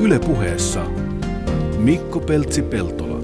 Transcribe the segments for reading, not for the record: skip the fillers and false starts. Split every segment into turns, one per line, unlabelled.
Yle Puheessa Mikko Peltsi-Peltola.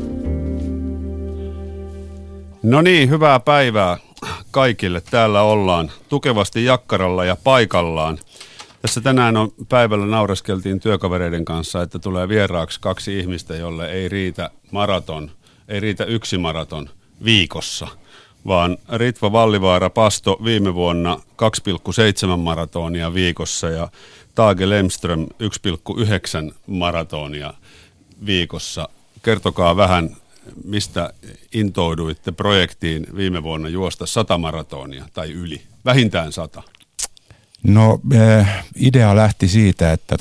No niin, hyvää päivää kaikille. Täällä ollaan tukevasti jakkaralla ja paikallaan. Tässä tänään päivällä naureskeltiin työkavereiden kanssa, että tulee vieraaksi 2 ihmistä, jolle ei riitä yksi maraton viikossa, vaan Ritva Vallivaara pasto viime vuonna 2,7 maratonia viikossa ja Tage Lemström 1,9 maratonia viikossa. Kertokaa vähän, mistä intouduitte projektiin viime vuonna juosta 100 maratonia tai yli, vähintään 100?
No idea lähti siitä, että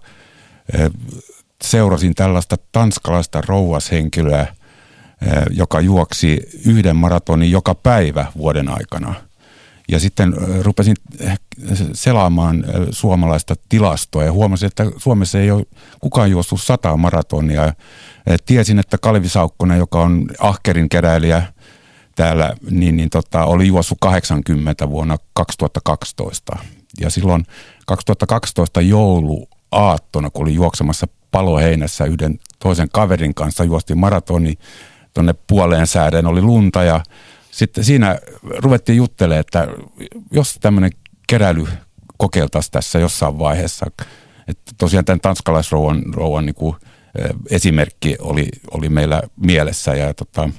seurasin tällaista tanskalaista rouvashenkilöä, joka juoksi 1 maratonin joka päivä vuoden aikana. Ja sitten rupesin selaamaan suomalaista tilastoa ja huomasin, että Suomessa ei ole kukaan juossut 100 maratonia. Tiesin, että Kalevi Saukkonen, joka on ahkerin keräilijä täällä, oli juossut 80 vuonna 2012. Ja silloin 2012 jouluaattona, kun oli juoksemassa Paloheinässä yhden toisen kaverin kanssa, juostiin maratoni tuonne puoleen säädeen, oli lunta ja sitten siinä ruvettiin juttelemaan, että jos tämmöinen keräily kokeiltaisiin tässä jossain vaiheessa, että tosiaan tämän tanskalaisrouvan niin kuin esimerkki oli meillä mielessä ja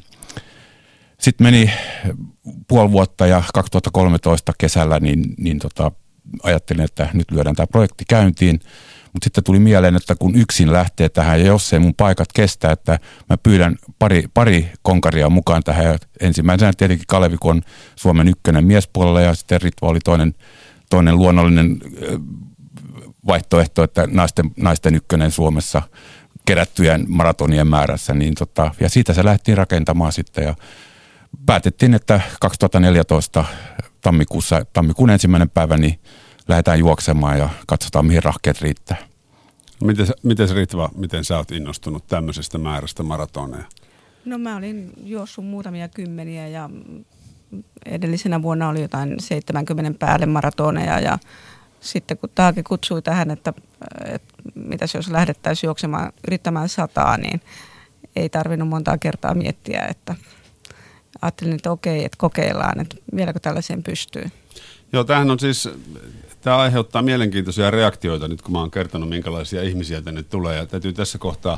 sitten meni puoli vuotta ja 2013 kesällä niin ajattelin, että nyt lyödään tämä projekti käyntiin, mutta sitten tuli mieleen, että kun yksin lähtee tähän ja jos ei mun paikat kestä, että mä pyydän pari konkaria mukaan tähän. Ja ensimmäisenä tietenkin Kalevi, kun on Suomen ykkönen miespuolella ja sitten Ritva oli toinen luonnollinen vaihtoehto, että naisten ykkönen Suomessa kerättyjen maratonien määrässä. Ja siitä se lähtiin rakentamaan sitten ja päätettiin, että 2014 tammikuun 1. päivä niin lähdetään juoksemaan ja katsotaan, mihin rahkeet riittää.
Miten Ritva, miten sä oot innostunut tämmöisestä määrästä maratoneja?
No mä olin juossut muutamia kymmeniä ja edellisenä vuonna oli jotain 70 päälle maratoneja ja sitten kun Taake kutsui tähän, että mitäs jos lähdettäisiin juoksemaan, yrittämään 100, niin ei tarvinnut montaa kertaa miettiä, että ajattelin, että okei, että kokeillaan, että vieläkö tällaiseen pystyy.
Joo, tämä aiheuttaa mielenkiintoisia reaktioita nyt, kun mä oon kertonut, minkälaisia ihmisiä tänne tulee. Ja täytyy tässä kohtaa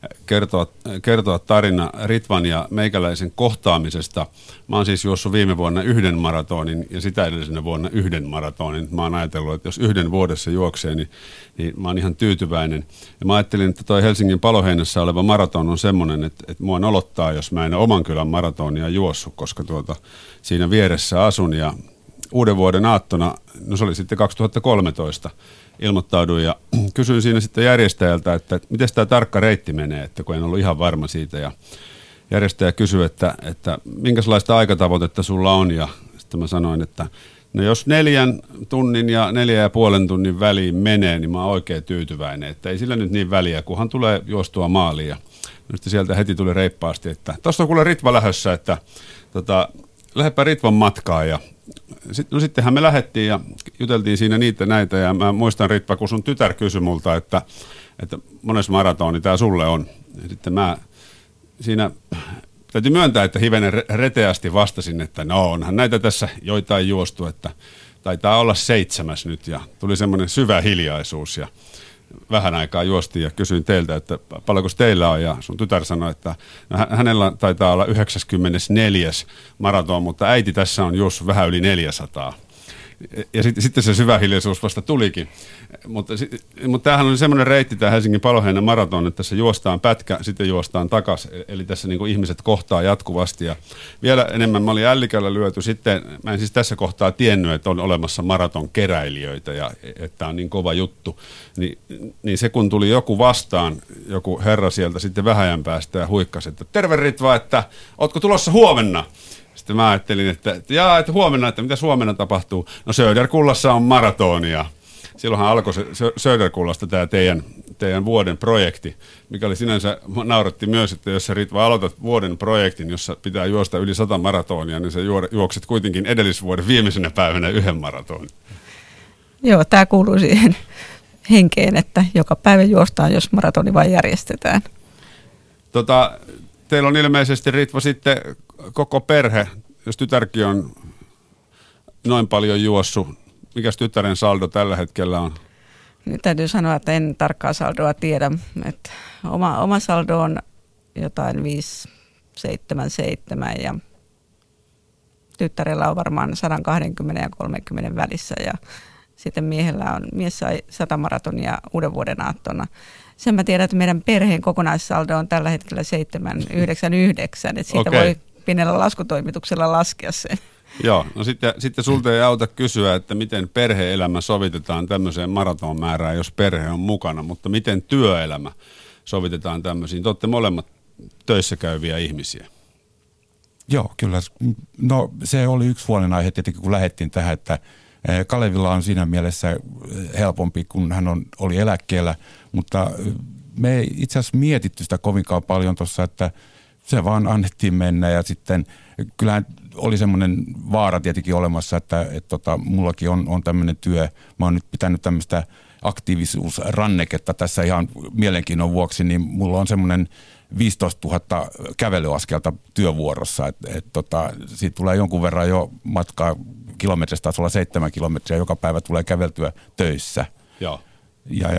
kertoa tarina Ritvan ja meikäläisen kohtaamisesta. Mä oon siis juossut viime vuonna 1 maratonin ja sitä edellisenä vuonna 1 maratonin. Mä oon ajatellut, että jos 1 vuodessa juoksee, niin mä oon ihan tyytyväinen. Ja mä ajattelin, että toi Helsingin Paloheinässä oleva maraton on semmoinen, että mua nolottaa, jos mä en ole oman kylän maratonia juossut, koska siinä vieressä asun ja uuden vuoden aattona, no se oli sitten 2013, ilmoittauduin ja kysyin siinä sitten järjestäjältä, että miten tämä tarkka reitti menee, että kun en ollut ihan varma siitä. Ja järjestäjä kysyi, että minkälaista aikatavoitetta sulla on ja sitten mä sanoin, että no jos 4 tunnin ja 4,5 tunnin väliin menee, niin mä oon oikein tyytyväinen, että ei sillä nyt niin väliä, kunhan tulee juostua maaliin. Ja sitten sieltä heti tuli reippaasti, että tuossa on kuule Ritva lähdössä, että lähdepä Ritvan matkaan ja sittenhän me lähdettiin ja juteltiin siinä niitä näitä ja mä muistan Ritva, kun sun tytär kysyi multa, että monessa maratoni tää sulle on. Ja sitten mä siinä täytyy myöntää, että hivenen reteästi vastasin, että no onhan näitä tässä joitain juostu, että taitaa olla 7 nyt ja tuli semmoinen syvä hiljaisuus ja vähän aikaa juostiin ja kysyin teiltä, että paljonko teillä on ja sun tytär sanoi, että no, hänellä taitaa olla 94. maraton, mutta äiti tässä on juossut vähän yli 400. Ja sitten se syvä hiljaisuus vasta tulikin. Mutta tämähän oli semmoinen reitti, tämä Helsingin Paloheinän maraton, että tässä juostaan pätkä, sitten juostaan takaisin. Eli tässä niin kuin ihmiset kohtaa jatkuvasti. Ja vielä enemmän mä olin ällikällä lyöty. Sitten mä en siis tässä kohtaa tiennyt, että on olemassa maraton keräilijöitä ja että on niin kova juttu. Niin se kun tuli joku vastaan, joku herra sieltä sitten vähän ajan päästä ja huikkasi, että terve Ritva, että ootko tulossa huomenna? Sitten mä ajattelin, että huomenna, että mitä huomenna tapahtuu. No Söderkullassa on maratonia. Silloinhan alkoi Söderkullasta tämä teidän vuoden projekti, mikä oli sinänsä, nauratti myös, että jos sä Ritva aloitat vuoden projektin, jossa pitää juosta yli 100 maratonia, niin sä juokset kuitenkin edellisvuoden viimeisenä päivänä 1 maratonin.
Joo, tämä kuuluu siihen henkeen, että joka päivä juostaan, jos maratoni vain järjestetään.
Teillä on ilmeisesti, Ritva, sitten koko perhe, jos tytärkin on noin paljon juossut. Mikäs tyttären saldo tällä hetkellä on?
Nyt täytyy sanoa, että en tarkkaa saldoa tiedä. Että oma saldo on jotain 577 ja tyttärellä on varmaan 120 ja 30 välissä ja sitten mies sai 100 maratonia uuden vuoden aattona. Sen mä tiedän, että meidän perheen kokonaissaldo on tällä hetkellä 799, että siitä voi pienellä laskutoimituksella laskea sen.
Joo, no sitten sulta ei auta kysyä, että miten perhe-elämä sovitetaan tämmöiseen maratonmäärään, jos perhe on mukana, mutta miten työelämä sovitetaan tämmöisiin. Te olette molemmat töissä käyviä ihmisiä.
Joo, kyllä. No se oli yksi huolenaihe tietenkin, kun lähdettiin tähän, että Kalevilla on siinä mielessä helpompi, kun hän oli eläkkeellä, mutta me ei itse asiassa mietitty sitä kovinkaan paljon tuossa, että se vaan annettiin mennä ja sitten kyllähän oli semmoinen vaara tietenkin olemassa, että mullakin on tämmöinen työ. Mä oon nyt pitänyt tämmöistä aktiivisuusranneketta tässä ihan mielenkiinnon vuoksi, niin mulla on semmoinen 15 000 kävelyaskelta työvuorossa, siitä tulee jonkun verran jo matkaa kilometristä, taisi olla 7 kilometriä, joka päivä tulee käveltyä töissä.
Joo.
Ja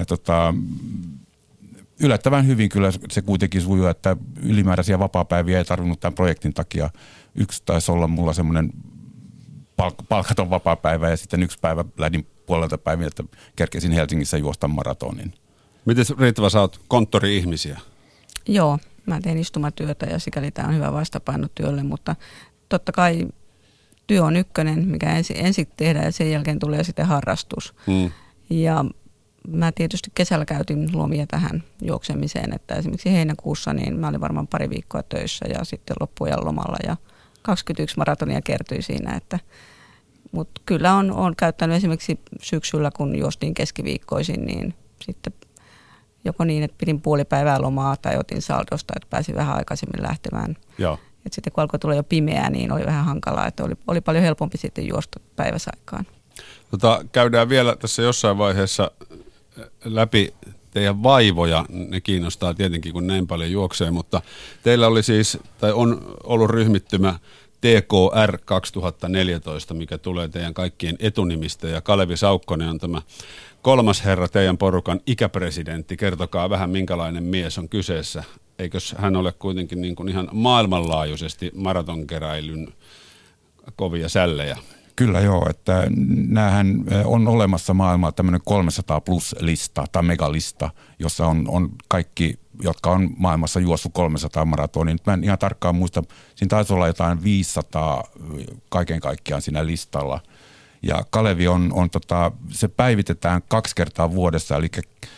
yllättävän hyvin kyllä se kuitenkin sujuu, että ylimääräisiä vapaapäiviä ei tarvinnut tämän projektin takia. Yksi taisi olla mulla semmoinen palkaton vapaapäivä ja sitten yksi päivä lähdin puolelta päivin, että kerkesin Helsingissä juosta maratonin.
Miten Ritva, sä oot konttori-ihmisiä?
Joo, mä teen istumatyötä ja sikäli tämä on hyvä vastapaino työlle, mutta totta kai työ on ykkönen, mikä ensin tehdään ja sen jälkeen tulee sitten harrastus. Ja mä tietysti kesällä käytin lomia tähän juoksemiseen, että esimerkiksi heinäkuussa niin mä olin varmaan pari viikkoa töissä ja sitten loppuajan lomalla ja 21 maratonia kertyi siinä, mutta kyllä on käyttänyt esimerkiksi syksyllä, kun juostiin keskiviikkoisin, niin sitten joko niin, että pidin puoli päivää lomaa tai otin saldosta, että pääsin vähän aikaisemmin lähtemään.
Joo.
Et sitten kun alkoi tulla jo pimeää, niin oli vähän hankalaa, että oli paljon helpompi sitten juosta päiväsaikaan.
Käydään vielä tässä jossain vaiheessa läpi teidän vaivoja. Ne kiinnostaa tietenkin, kun näin paljon juoksee, mutta teillä oli siis, tai on ollut ryhmittymä TKR 2014, mikä tulee teidän kaikkien etunimistä, ja Kalevi Saukkonen on tämä kolmas herra teidän porukan ikäpresidentti. Kertokaa vähän, minkälainen mies on kyseessä. Eikös hän ole kuitenkin niin kuin ihan maailmanlaajuisesti maratonkeräilyn kovia sällejä?
Kyllä joo, että näähän on olemassa maailmalla tämmöinen 300 plus lista tai megalista, jossa on kaikki, jotka on maailmassa juossut 300 maratonia. Nyt mä en ihan tarkkaan muista, siinä taisi olla jotain 500 kaiken kaikkiaan siinä listalla. Ja Kalevi se päivitetään 2 kertaa vuodessa, eli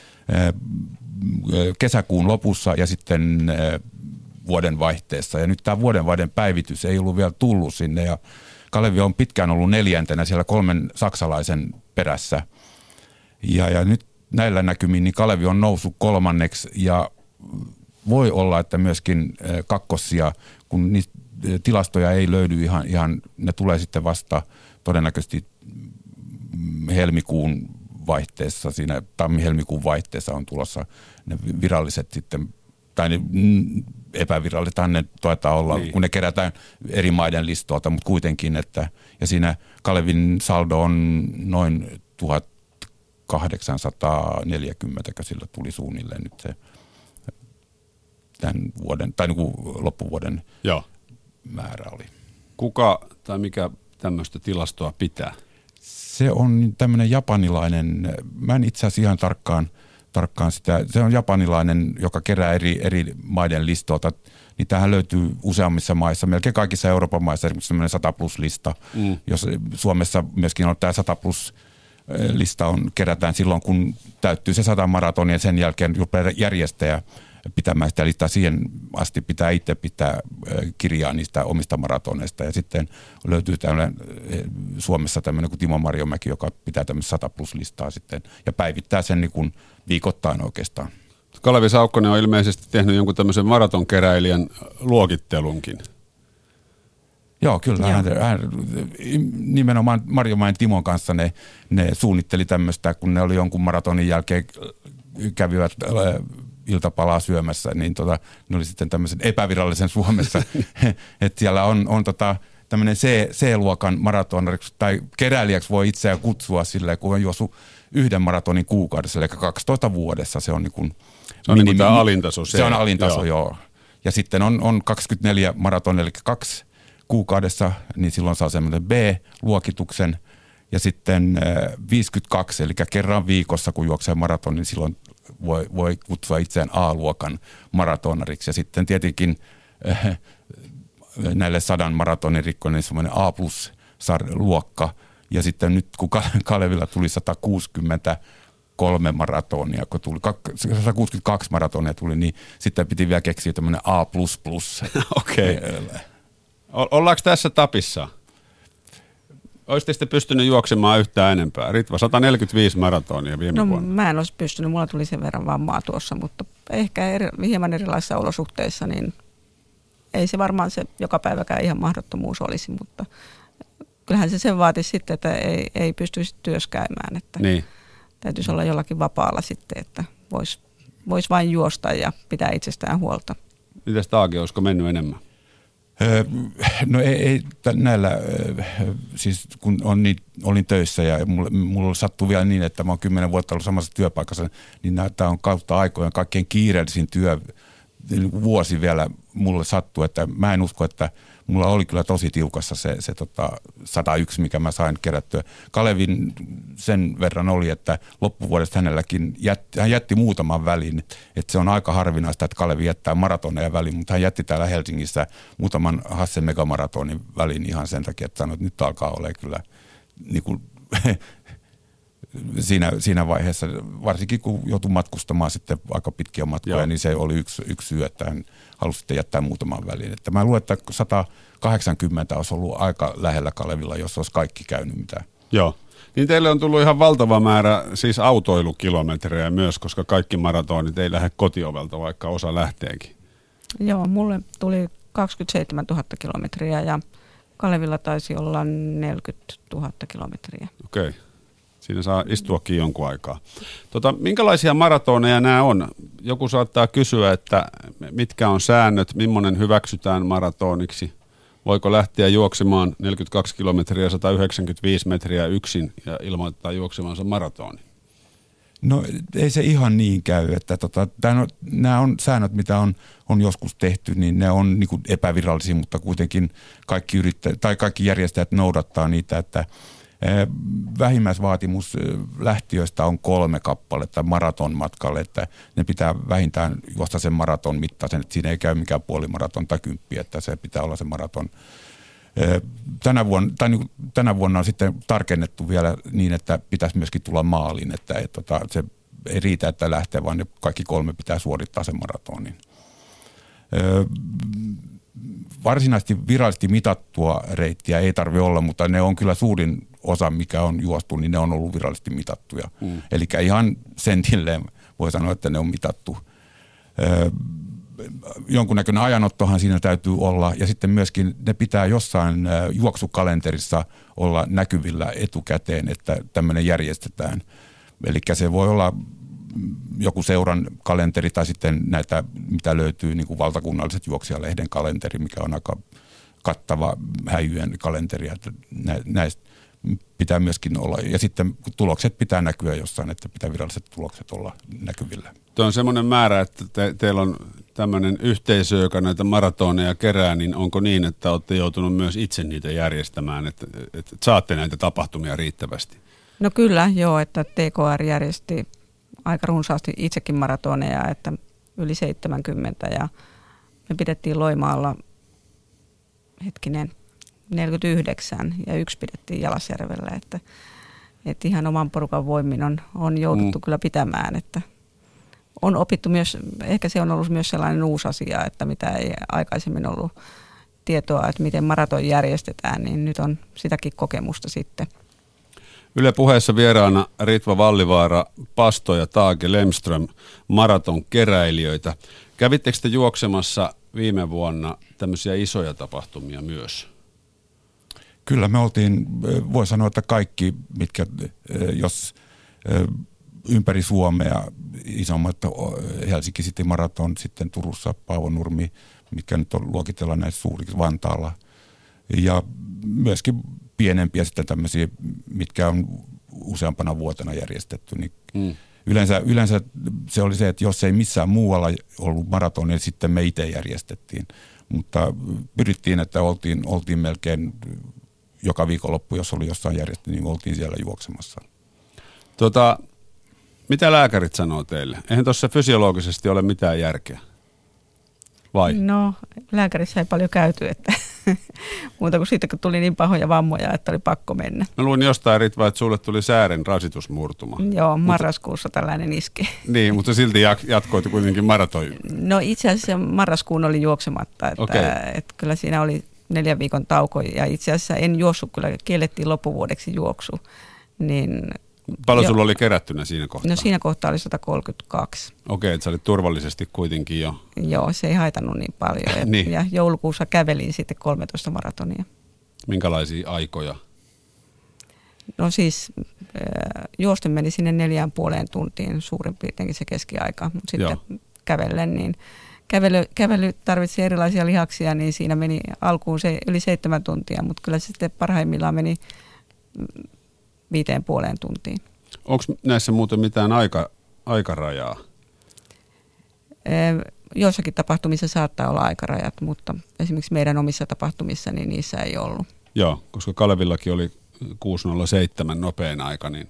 kesäkuun lopussa ja sitten vuodenvaihteessa. Ja nyt tämä vuodenvaihteen päivitys ei ollut vielä tullut sinne ja Kalevi on pitkään ollut 4. siellä 3 saksalaisen perässä. Ja nyt näillä näkymin niin Kalevi on noussut 3. ja voi olla, että myöskin 2, kun niitä tilastoja ei löydy ihan ne tulee sitten vasta todennäköisesti helmikuun vaihteessa, siinä tammi-helmikuun vaihteessa on tulossa ne viralliset sitten, tai ne epävirallisethan ne taitaa olla, niin, kun ne kerätään eri maiden listoilta, mutta kuitenkin, että, ja siinä Kalevin saldo on noin 1840, sillä tuli suunnilleen nyt se tämän vuoden, tai niin kuin loppuvuoden määrä oli.
Kuka tai mikä tämmöistä tilastoa pitää?
Se on tämmöinen japanilainen, mä en itse asiassa ihan tarkkaan sitä, se on japanilainen, joka kerää eri maiden listoilta. Niin tämähän löytyy useammissa maissa, melkein kaikissa Euroopan maissa, esimerkiksi semmoinen 100 plus lista, jos Suomessa myöskin on tämä 100 plus lista kerätään silloin, kun täyttyy se 100 maratonia, sen jälkeen rupeaa järjestäjä pitämään sitä listaa. Siihen asti pitää itse pitää kirjaa niistä omista maratoneista. Ja sitten löytyy Suomessa tämmöinen kuin Timo Marjomäki, joka pitää tämmöistä 100 plus listaa sitten ja päivittää sen niin kuin viikoittain oikeastaan.
Kalevi Saukkonen on ilmeisesti tehnyt jonkun tämmöisen maratonkeräilijän luokittelunkin.
Joo, kyllä. Hän nimenomaan Marjomäen Timon kanssa ne suunnitteli tämmöistä, kun ne oli jonkun maratonin jälkeen kävivät iltapalaa syömässä, niin ne oli sitten tämmöisen epävirallisen Suomessa, että siellä on tämmöinen C-luokan maratonariksi tai keräilijäksi voi itseään kutsua silleen, kun on juossut yhden maratonin kuukaudessa, eli 12 vuodessa. Se on niin kuin
se on niin kuin tämä alintaso.
Se on alintaso, joo. Ja sitten on 24 maratonia, eli 2 kuukaudessa, niin silloin saa semmoinen B-luokituksen. Ja sitten 52, eli kerran viikossa, kun juoksee maraton, niin silloin voi kutsua itseään A-luokan maratonariksi. Ja sitten tietenkin näille 100 maratonin rikkoille niin semmoinen A+-luokka. Ja sitten nyt, kun Kalevilla tuli 163 maratonia, kun tuli 162 maratonia tuli, niin sitten piti vielä keksiä tämmöinen A++.
Okei. Ollaanko tässä tapissa? Olisitte sitten pystynyt juoksemaan yhtään enempää? Ritva, 145 maratonia viime vuonna.
Mä en olisi pystynyt, mulla tuli sen verran vammaa tuossa, mutta ehkä hieman erilaisissa olosuhteissa, niin ei se varmaan se joka päiväkään ihan mahdottomuus olisi, mutta kyllähän se sen vaatisi sitten, että ei pystyisi työskäämään, että niin. Täytyisi olla jollakin vapaalla sitten, että vois vain juosta ja pitää itsestään huolta.
Mitäs Taake, olisiko mennyt enemmän?
No ei näillä, siis kun olin töissä ja mulla sattui vielä niin, että mä oon 10 vuotta ollut samassa työpaikassa, niin tämä on kautta aikojen kaikkein kiireellisin vuosi vielä mulle sattuu, että mä en usko, että mulla oli kyllä tosi tiukassa se 101, mikä mä sain kerättyä. Kalevin sen verran oli, että loppuvuodesta hänelläkin hän jätti muutaman välin, että se on aika harvinaista, että Kalevi jättää maratoneja väliin, mutta hän jätti täällä Helsingissä muutaman Hassen megamaratonin väliin ihan sen takia, että sanoi, että nyt alkaa olla kyllä niin kuin siinä vaiheessa, varsinkin kun joutui matkustamaan sitten aika pitkiä matkoja, joo, niin se oli yksi syy, että hän halusi sitten jättää muutaman väliin. Että mä luulen, että 180 olisi ollut aika lähellä Kalevilla, jos olisi kaikki käynyt mitään.
Joo. Niin teille on tullut ihan valtava määrä siis autoilukilometrejä myös, koska kaikki maratonit ei lähde kotiovelta, vaikka osa lähteekin.
Joo, mulle tuli 27 000 kilometriä ja Kalevilla taisi olla 40 000 kilometriä.
Okei. Siinä saa istuakin jonkun aikaa. Minkälaisia maratoneja nämä on? Joku saattaa kysyä, että mitkä on säännöt, millainen hyväksytään maratoniksi? Voiko lähteä juoksemaan 42 kilometriä, 195 metriä yksin ja ilmoittaa juoksemansa maratoni?
No ei se ihan niin käy, että nämä on säännöt, mitä on joskus tehty, niin ne on niin kuin epävirallisia, mutta kuitenkin kaikki järjestäjät noudattaa niitä, että vähimmäisvaatimus lähtiöistä on 3 kappaletta maratonmatkalle, että ne pitää vähintään juosta sen maraton mittaisen, että siinä ei käy mikään puolimaraton tai 10, että se pitää olla se maraton. Tänä vuonna on sitten tarkennettu vielä niin, että pitäisi myöskin tulla maaliin, että se ei riitä, että lähtee, vaan ne kaikki 3 pitää suorittaa sen maratonin. Varsinaisesti virallisesti mitattua reittiä ei tarvitse olla, mutta ne on kyllä suurin osa, mikä on juostu, niin ne on ollut virallisesti mitattuja. Eli ihan sentilleen voi sanoa, että ne on mitattu. Jonkunnäköinen ajanottohan siinä täytyy olla, ja sitten myöskin ne pitää jossain juoksukalenterissa olla näkyvillä etukäteen, että tämmöinen järjestetään. Eli se voi olla joku seuran kalenteri tai sitten näitä, mitä löytyy, niin kuin valtakunnalliset juoksijalehden kalenteri, mikä on aika kattava häijyjen kalenteri, että näistä pitää myöskin olla. Ja sitten tulokset pitää näkyä jossain, että pitää viralliset tulokset olla näkyvillä.
Tuo on semmoinen määrä, että teillä on tämmöinen yhteisö, joka näitä maratoneja kerää, niin onko niin, että olette joutunut myös itse niitä järjestämään, että saatte näitä tapahtumia riittävästi? No
kyllä, joo, että TKR järjesti aika runsaasti itsekin maratoneja, että yli 70 ja me pidettiin Loimaalla 49 ja 1 pidettiin Jalasjärvellä, että ihan oman porukan voimin on jouduttu kyllä pitämään, että on opittu myös, ehkä se on ollut myös sellainen uusi asia, että mitä ei aikaisemmin ollut tietoa, että miten maraton järjestetään, niin nyt on sitäkin kokemusta sitten.
Yle Puheessa vieraana Ritva Vallivaara, Pasto ja Taake Lemström, maraton keräilijöitä. Kävittekö te juoksemassa viime vuonna tämmöisiä isoja tapahtumia myös?
Kyllä me oltiin, voi sanoa, että kaikki, mitkä, jos ympäri Suomea, isommat Helsinki City Marathon, sitten Turussa Paavonurmi, mitkä nyt on luokitellaan näissä suuriksi, Vantaalla. Ja myöskin pienempiä sitten tämmöisiä, mitkä on useampana vuotena järjestetty. Niin yleensä se oli se, että jos ei missään muualla ollut maraton, niin sitten me itse järjestettiin. Mutta pyrittiin, että oltiin melkein joka viikonloppu, jos oli jossain järjestetty, niin oltiin siellä juoksemassa.
Mitä lääkärit sanoo teille? Eihän tuossa fysiologisesti ole mitään järkeä. Vai?
No, lääkärissä ei paljon käyty, että muuta kuin siitä, kun tuli niin pahoja vammoja, että oli pakko mennä.
Mä luin jostain, Ritva, että sulle tuli säären rasitusmurtuma.
Joo, marraskuussa tällainen iski.
Niin, mutta silti jatkoitu kuitenkin maraton.
No itse asiassa marraskuun oli juoksematta, että kyllä siinä oli 4 viikon tauko ja itse asiassa en juossut, kyllä kiellettiin loppuvuodeksi juoksu. Niin
paljon sulla oli kerättynä siinä kohtaa?
No siinä kohtaa oli 132.
Okei, että sä olit turvallisesti kuitenkin jo.
Joo, se ei haitannut niin paljon.
Niin.
Ja joulukuussa kävelin sitten 13 maratonia.
Minkälaisia aikoja?
No siis juosten meni sinne 4,5 tuntiin suurin piirteinkin se keskiaika, mutta sitten kävellen, niin kävely tarvitsi erilaisia lihaksia, niin siinä meni alkuun se yli 7 tuntia, mutta kyllä se sitten parhaimmillaan meni 5,5 tuntiin. Onko
näissä muuten mitään aikarajaa?
Joissakin tapahtumissa saattaa olla aikarajat, mutta esimerkiksi meidän omissa tapahtumissa niin niissä ei ollut.
Joo, koska Kalevillakin oli 6.07 nopein aika, niin...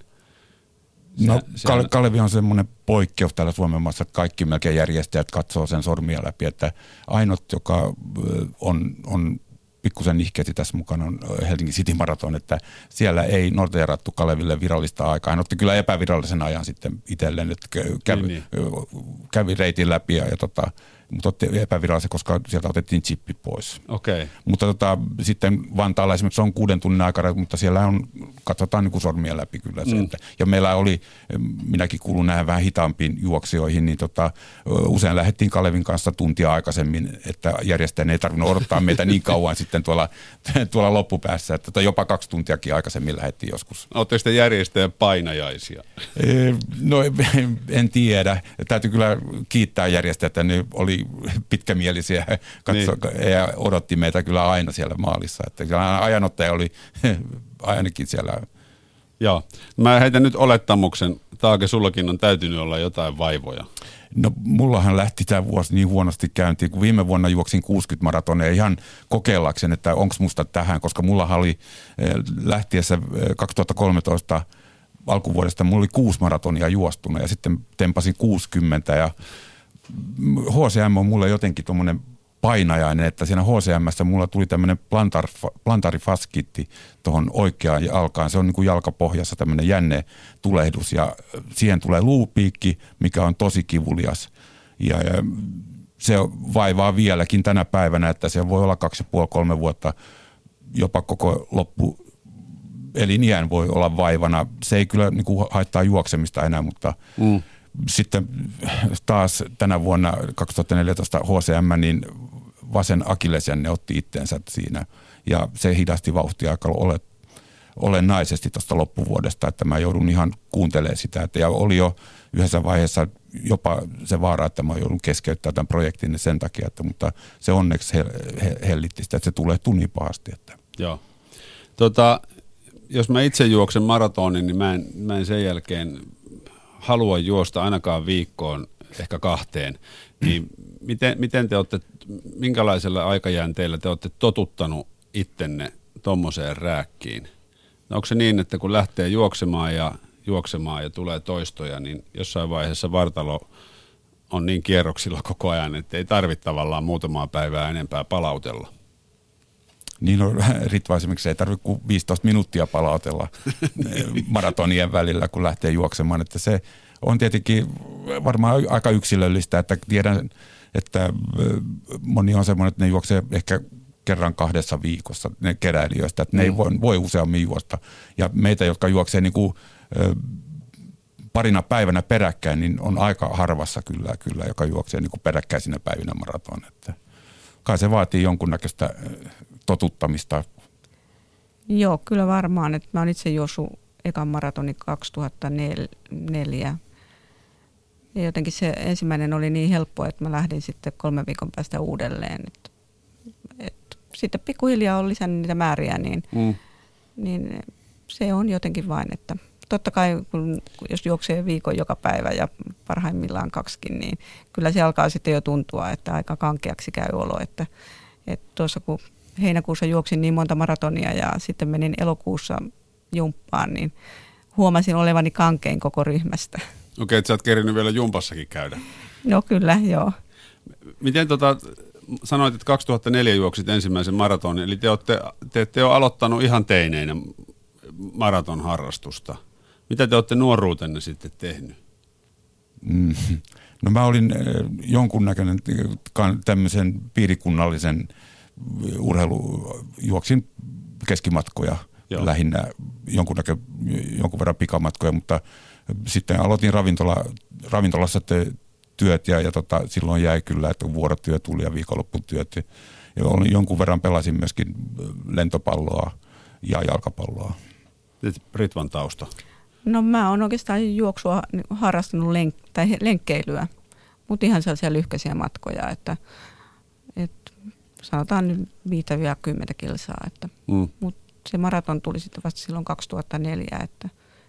Kalevi on semmoinen poikkeus täällä Suomen maassa, että kaikki melkein järjestäjät katsoo sen sormia läpi, että ainut, joka on pikkusen ihkeästi tässä mukana on Helsingin City Marathon, että siellä ei noteerattu Kaleville virallista aikaa. Hän otti kyllä epävirallisen ajan sitten itselleen, että kävi reitin läpi mutta otti epävirallisen, koska sieltä otettiin chippi pois.
Okay.
Mutta sitten Vantaalla esimerkiksi on 6 tunnin aikana, mutta siellä katsotaan niin kuin sormia läpi kyllä se. Ja meillä oli, minäkin kuulun näihin vähän hitaampiin juoksijoihin, niin usein lähdettiin Kalevin kanssa tuntia aikaisemmin, että järjestäjän ei tarvinnut odottaa meitä niin kauan sitten tuolla loppupäässä, että jopa 2 tuntiakin aikaisemmin lähdettiin joskus.
Oletteko sitten järjestäjän painajaisia?
No en tiedä. Täytyy kyllä kiittää järjestäjät, että ne oli pitkämielisiä ja odotti meitä kyllä aina siellä maalissa. Että ajanottaja oli ainakin siellä.
Joo. Mä heitän nyt olettamuksen. Taake, sullakin on täytynyt olla jotain vaivoja.
No mullahan lähti tämä vuosi niin huonosti käyntiin, kun viime vuonna juoksin 60 maratonia ihan kokeillakseni, että onko musta tähän, koska mullahan oli lähtiessä 2013 alkuvuodesta, mulla oli 6 maratonia juostuna ja sitten tempasin 60 ja HCM on mulle jotenkin tuommoinen painajainen, että siinä HCM:ssä mulla tuli tämmöinen plantarifaskitti tuohon oikeaan jalkaan. Se on niin kuin jalkapohjassa tämmöinen jänne tulehdus ja siihen tulee luupiikki, mikä on tosi kivulias. Ja se vaivaa vieläkin tänä päivänä, että se voi olla 2,5-3 vuotta, jopa koko loppu eliniän voi olla vaivana. Se ei kyllä niin kuin haittaa juoksemista enää, mutta... Sitten taas tänä vuonna 2014 HCM, niin vasen akillesjänne otti itteensä siinä ja se hidasti vauhtia aika olennaisesti tuosta loppuvuodesta, että mä joudun ihan kuuntelemaan sitä. Ja oli jo yhdessä vaiheessa jopa se vaara, että mä joudun keskeyttämään tämän projektin sen takia, mutta se onneksi hellitti sitä, että se tulee tunnin pahasti. Että.
Joo. Jos mä itse juoksen maratonin, niin mä en sen jälkeen halua juosta ainakaan viikkoon, ehkä 2, niin miten te olette, minkälaisella aikajänteellä te olette totuttanut ittenne tommoseen rääkkiin? No onko se niin, että kun lähtee juoksemaan ja tulee toistoja, niin jossain vaiheessa vartalo on niin kierroksilla koko ajan, että ei tarvitse tavallaan muutamaa päivää enempää palautella?
Niin on Ritva esimerkiksi ei tarvitse kuin 15 minuuttia palautella maratonien välillä, kun lähtee juoksemaan. Että se on tietenkin varmaan aika yksilöllistä, että tiedän, että moni on semmoinen, että ne juoksee ehkä kerran 2 viikossa ne keräilijöistä, että ne ei voi useammin juosta. Ja meitä, jotka juoksee niin kuin parina päivänä peräkkäin, niin on aika harvassa kyllä joka juoksee niin kuin peräkkäisinä päivinä maraton. Että kai se vaatii jonkunnäköistä totuttamista.
Joo, kyllä varmaan. Että mä oon itse juossut ekan maratonin 2004. Ja jotenkin se ensimmäinen oli niin helppo, että mä lähdin sitten 3 viikon päästä uudelleen. Sitten pikkuhiljaa on lisännyt niitä määriä, niin se on jotenkin vain, että totta kai jos juoksee viikon joka päivä ja parhaimmillaan 2, niin kyllä se alkaa sitten jo tuntua, että aika kankeaksi käy olo. Että tuossa kun heinäkuussa juoksin niin monta maratonia ja sitten menin elokuussa jumppaan, niin huomasin olevani kankein koko ryhmästä.
Okei, että sä oot kerinyt vielä jumpassakin käydä.
No kyllä, joo.
Miten sanoit, että 2004 juoksit ensimmäisen maratonin, eli te ette jo aloittanut ihan teineinä maratonharrastusta. Mitä te olette nuoruutenne sitten tehnyt?
No mä olin jonkunnäköinen tämmöisen piirikunnallisen juoksin keskimatkoja, lähinnä jonkun verran pikamatkoja, mutta sitten aloitin ravintolassa työt ja silloin jäi kyllä, että vuorotyö tuli ja viikonlopputyöt. Ja jonkun verran pelasin myöskin lentopalloa ja jalkapalloa.
Ritvan tausta?
No mä oon oikeastaan juoksua harrastanut lenkkeilyä, mutta ihan sellaisia lyhkäisiä matkoja, että sanotaan nyt 5-10 kilsaa. Mutta se maraton tuli sitten vasta silloin 2004, että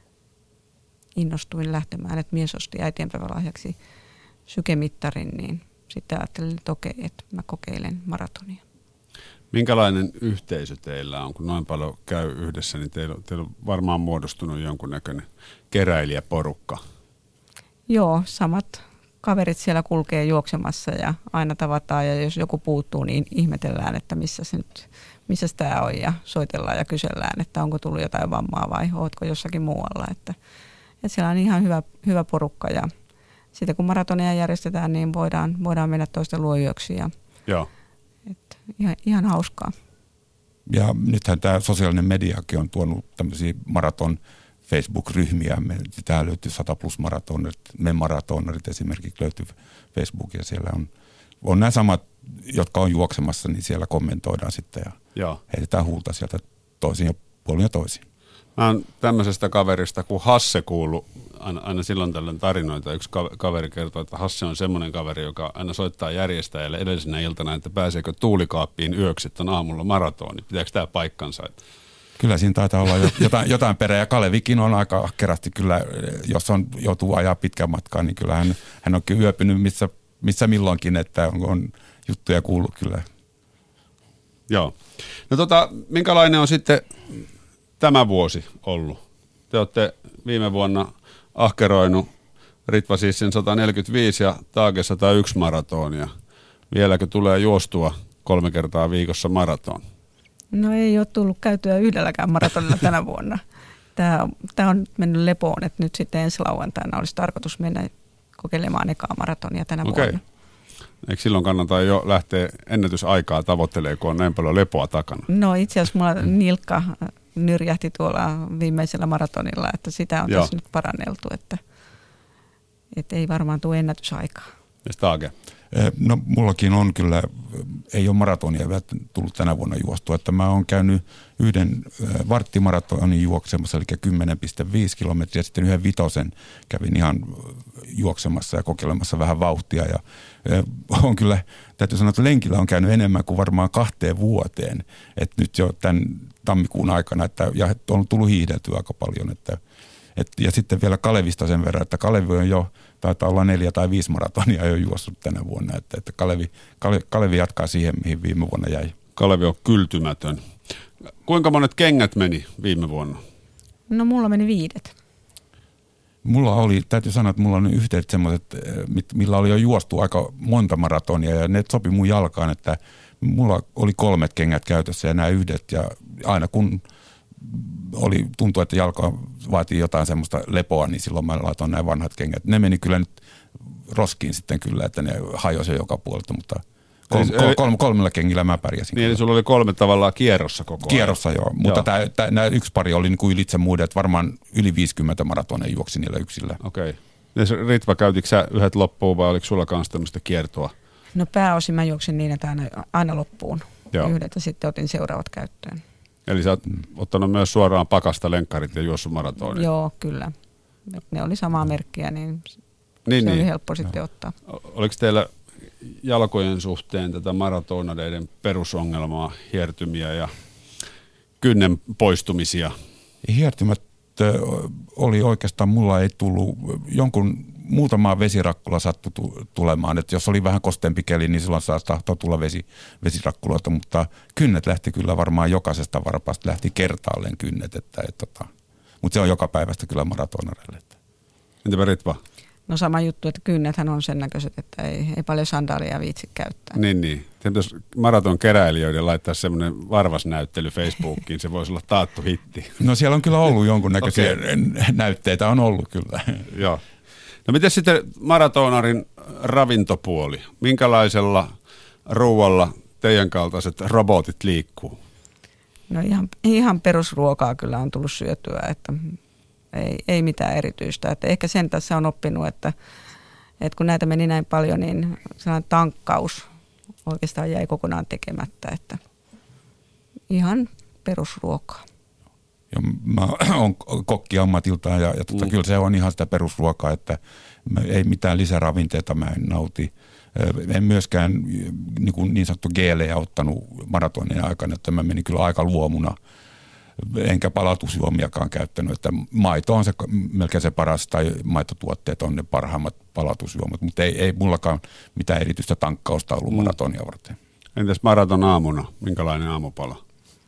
innostuin lähtemään, että mies osti äitienpäivälahjaksi sykemittarin, niin sitten ajattelin, että okei, että mä kokeilen maratonia. Minkälainen
yhteisö teillä on, kun noin paljon käy yhdessä, niin teillä on varmaan muodostunut jonkunnäköinen keräilijäporukka. Joo,
samat kaverit siellä kulkee juoksemassa ja aina tavataan ja jos joku puuttuu, niin ihmetellään, että missä tämä on ja soitellaan ja kysellään, että onko tullut jotain vammaa vai ootko jossakin muualla. Että siellä on ihan hyvä porukka ja sitten kun maratonia järjestetään, niin voidaan mennä toisten luojuoksi ja
joo.
Että ihan hauskaa.
Ja nythän tämä sosiaalinen mediakin on tuonut tämmöisiä maraton Facebook-ryhmiä. Täällä löytyy 100 plus maratonarit, me maratonarit esimerkiksi löytyy Facebook ja siellä on nämä samat, jotka on juoksemassa, niin siellä kommentoidaan sitten ja heitetään huulta sieltä toisin ja puolin ja toisin.
Mä oon tämmöisestä kaverista, kun Hasse kuuluu aina silloin tällöin tarinoita. Yksi kaveri kertoo, että Hasse on semmoinen kaveri, joka aina soittaa järjestäjälle edellisenä iltana, että pääseekö tuulikaappiin yöksi, että on aamulla maratoni. Pitääkö tämä paikkansa?
Kyllä siinä taitaa olla jotain perää. Ja Kalevikin on aika ahkerasti kyllä, jos joutuu ajaa pitkän matkaan, niin kyllä hän on yöpynyt missä milloinkin, että on juttuja kuullut kyllä.
Joo. No minkälainen on sitten tämä vuosi ollut? Te olette viime vuonna ahkeroinut Ritva siis sen 145 ja Taage 101 maratonia. Vieläkö tulee juostua 3 kertaa viikossa maraton?
No ei ole tullut käytyä yhdelläkään maratonilla tänä vuonna. Tämä on mennyt lepoon, että nyt sitten ensi lauantaina olisi tarkoitus mennä kokeilemaan ekaa maratonia tänä vuonna.
Eikö silloin kannata jo lähteä ennätysaikaa tavoittelemaan, kun on näin paljon lepoa takana?
No itse asiassa mulla nilkka nyrjähti tuolla viimeisellä maratonilla, että sitä on tässä nyt paranneltu, että ei varmaan tule ennätysaikaa.
Ja Taage?
No mullakin on kyllä, ei ole maratonia vielä tullut tänä vuonna juostua, että mä oon käynyt yhden varttimaratonin juoksemassa, eli 10,5 kilometriä, sitten yhden 5 kävin ihan juoksemassa ja kokeilemassa vähän vauhtia ja on kyllä, täytyy sanoa, että lenkillä on käynyt enemmän kuin varmaan 2 vuoteen, että nyt jo tämän tammikuun aikana, ja on tullut hiihdeltyä aika paljon, ja sitten vielä Kalevista sen verran, että Kalevi on jo, taitaa olla 4 tai 5 maratonia jo juossut tänä vuonna, että Kalevi jatkaa siihen, mihin viime vuonna jäi.
Kalevi on kyltymätön. Kuinka monet kengät meni viime vuonna?
No mulla meni 5.
Mulla oli, täytyy sanoa, että mulla on yhteydet semmoiset, millä oli jo juostu aika monta maratonia ja ne sopi mun jalkaan, että mulla oli 3 kengät käytössä ja nämä yhdet ja aina kun tuntui, että jalka vaatii jotain semmoista lepoa, niin silloin mä laitoin nämä vanhat kengät. Ne meni kyllä nyt roskiin sitten kyllä, että ne hajosi joka puolelta, mutta 3 kengillä mä pärjäsin.
Niin, eli sulla oli 3 tavallaan kierrossa koko ajan.
Kierrossa joo, mutta tämä yksi pari oli niin kuin ylitse muiden, että varmaan yli 50 maratoneja juoksi niillä yksillä.
Okei. Ritva, käytitkö sä yhdet loppuun vai oliko sulla kanssa tämmöistä kiertoa?
No pääosin mä juoksin niin, että aina loppuun yhdet ja sitten otin seuraavat käyttöön.
Eli sä oot ottanut myös suoraan pakasta lenkkarit ja juossut maratonin.
Joo, kyllä. Ne oli samaa merkkiä, niin oli helppo sitten ottaa.
Oliko teillä jalkojen suhteen tätä maratonadeiden perusongelmaa, hiertymiä ja kynnen poistumisia?
Hiertymät oli oikeastaan, mulla ei tullut, muutama vesirakkula sattui tulemaan, että jos oli vähän kosteampi keli, niin silloin tahtoi tulla vesirakkuloita, mutta kynnet lähti kyllä varmaan jokaisesta varpaasta, lähti kertaalleen kynnet, mutta se on joka päivästä kyllä maratonareille.
Entäpä Ritva?
No sama juttu, että kynnethän on sen näköiset, että ei paljon sandaalia viitsi käyttää.
Niin. Jos maraton keräilijöiden laittaa semmoinen varvasnäyttely Facebookiin, se voisi olla taattu hitti.
No siellä on kyllä ollut jonkunnäköisiä näytteitä, on ollut kyllä.
Joo. No miten sitten maratonarin ravintopuoli? Minkälaisella ruualla teidän kaltaiset robotit liikkuu?
No ihan perusruokaa kyllä on tullut syötyä, että ei mitään erityistä. Että ehkä sen tässä on oppinut, että kun näitä meni näin paljon, niin sellainen tankkaus oikeastaan jäi kokonaan tekemättä. Että ihan perusruokaa.
Mä oon kokki ammatiltaan ja kyllä se on ihan sitä perusruokaa, että ei mitään lisäravinteita mä en nauti. En myöskään niin sanottu geelejä ottanut maratonin aikana, että mä menin kyllä aika luomuna. Enkä palautusjuomiakaan käyttänyt, että maito on se melkein se paras, tai maitotuotteet on ne parhaimmat palautusjuomat, mutta ei mullakaan mitään erityistä tankkausta ollut maratonia varten.
Entäs maraton aamuna? Minkälainen aamupala?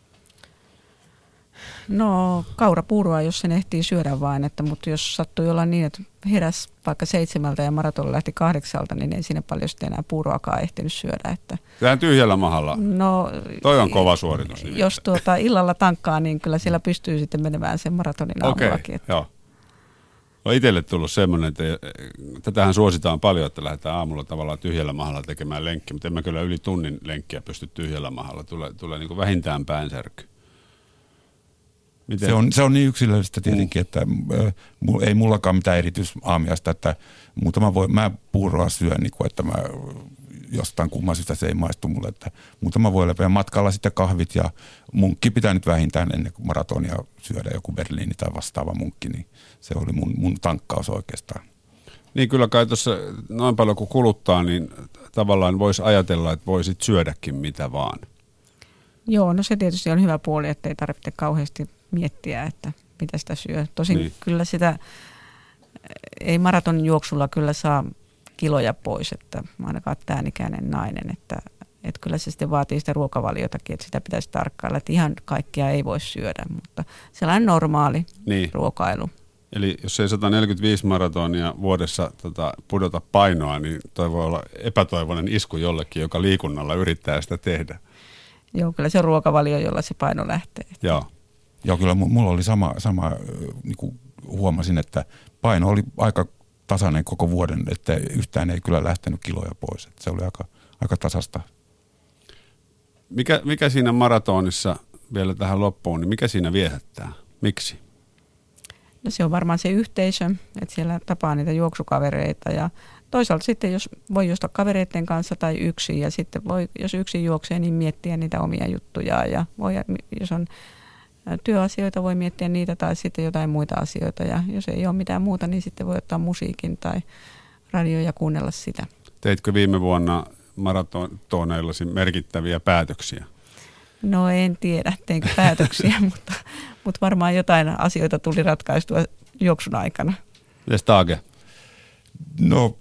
No kaurapuuroa, jos sen ehtii syödä vain, mutta jos sattui olla niin, että heräsi vaikka 7 ja maraton lähti 8, niin ei siinä paljon sitten enää puuroakaan ehtinyt syödä. Että
Tähän tyhjällä mahalla.
No,
toi on kova suoritus. Nimittäin.
Jos illalla tankkaa, niin kyllä siellä pystyy sitten menemään sen maratonin aamullakin.
Okei, joo. On itselle tullut semmoinen, että tätähän suositaan paljon, että lähdetään aamulla tavallaan tyhjällä mahalla tekemään lenkkiä, mutta en mä kyllä yli tunnin lenkkiä pysty tyhjällä mahalla. Tulee niin kuin vähintään päänsärky.
Se on niin yksilöllistä tietenkin, että ei mullakaan mitään erityisaamiasta, että mä puuroa syön, niin kuin, että mä jostain kumman syystä se ei maistu mulle, että muutama voi leveä matkalla sitten kahvit ja munkki pitää nyt vähintään ennen kuin maratonia syödä joku Berliini tai vastaava munkki, niin se oli mun tankkaus oikeastaan.
Niin kyllä kai tuossa noin paljon kun kuluttaa, niin tavallaan voisi ajatella, että voisit syödäkin mitä vaan.
Joo, no se tietysti on hyvä puoli, että ei tarvitse kauheasti miettiä, että mitä sitä syö. Tosin niin. Kyllä sitä ei maraton juoksulla kyllä saa kiloja pois, että ainakaan tämän ikäinen nainen, että kyllä se sitten vaatii sitä ruokavaliotakin, että sitä pitäisi tarkkailla, että ihan kaikkia ei voi syödä, mutta sellainen normaali ruokailu.
Eli jos ei 145 maratonia vuodessa pudota painoa, niin toi voi olla epätoivoinen isku jollekin, joka liikunnalla yrittää sitä tehdä.
Joo, kyllä se on ruokavalio, jolla se paino lähtee.
Joo, kyllä mulla oli sama niin kuin huomasin, että paino oli aika tasainen koko vuoden, että yhtään ei kyllä lähtenyt kiloja pois. Että se oli aika tasasta.
Mikä siinä maratonissa vielä tähän loppuun, niin mikä siinä viehättää? Miksi?
No se on varmaan se yhteisö, että siellä tapaa niitä juoksukavereita ja toisaalta sitten, jos voi juosta kavereiden kanssa tai yksin ja sitten voi, jos yksin juoksee, niin miettiä niitä omia juttuja ja jos on työasioita, voi miettiä niitä tai sitten jotain muita asioita ja jos ei ole mitään muuta, niin sitten voi ottaa musiikin tai radio ja kuunnella sitä.
Teitkö viime vuonna maratoneillasi merkittäviä päätöksiä?
No en tiedä, teinkö päätöksiä, mutta varmaan jotain asioita tuli ratkaistua juoksun aikana.
Mites Tage?
No,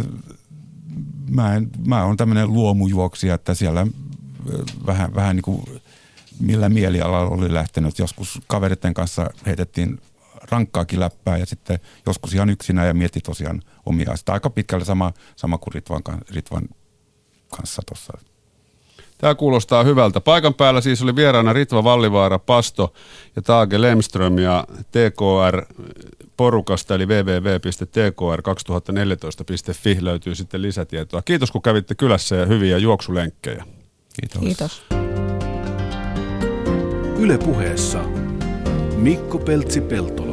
mä oon tämmöinen luomujuoksija, että siellä vähän niin kuin millä mielialalla oli lähtenyt. Joskus kaveritten kanssa heitettiin rankkaakin läppää ja sitten joskus ihan yksinä ja mietti tosiaan omia. Sitä aika pitkälle sama kuin Ritvan kanssa tuossa.
Tämä kuulostaa hyvältä. Paikan päällä siis oli vieraana Ritva Vallivaara, Pasto ja Tage Lemström ja TKR-porukasta eli www.tkr2014.fi löytyy sitten lisätietoa. Kiitos kun kävitte kylässä ja hyviä juoksulenkkejä.
Kiitos.
Yle Puheessa Mikko Peltsi-Peltola.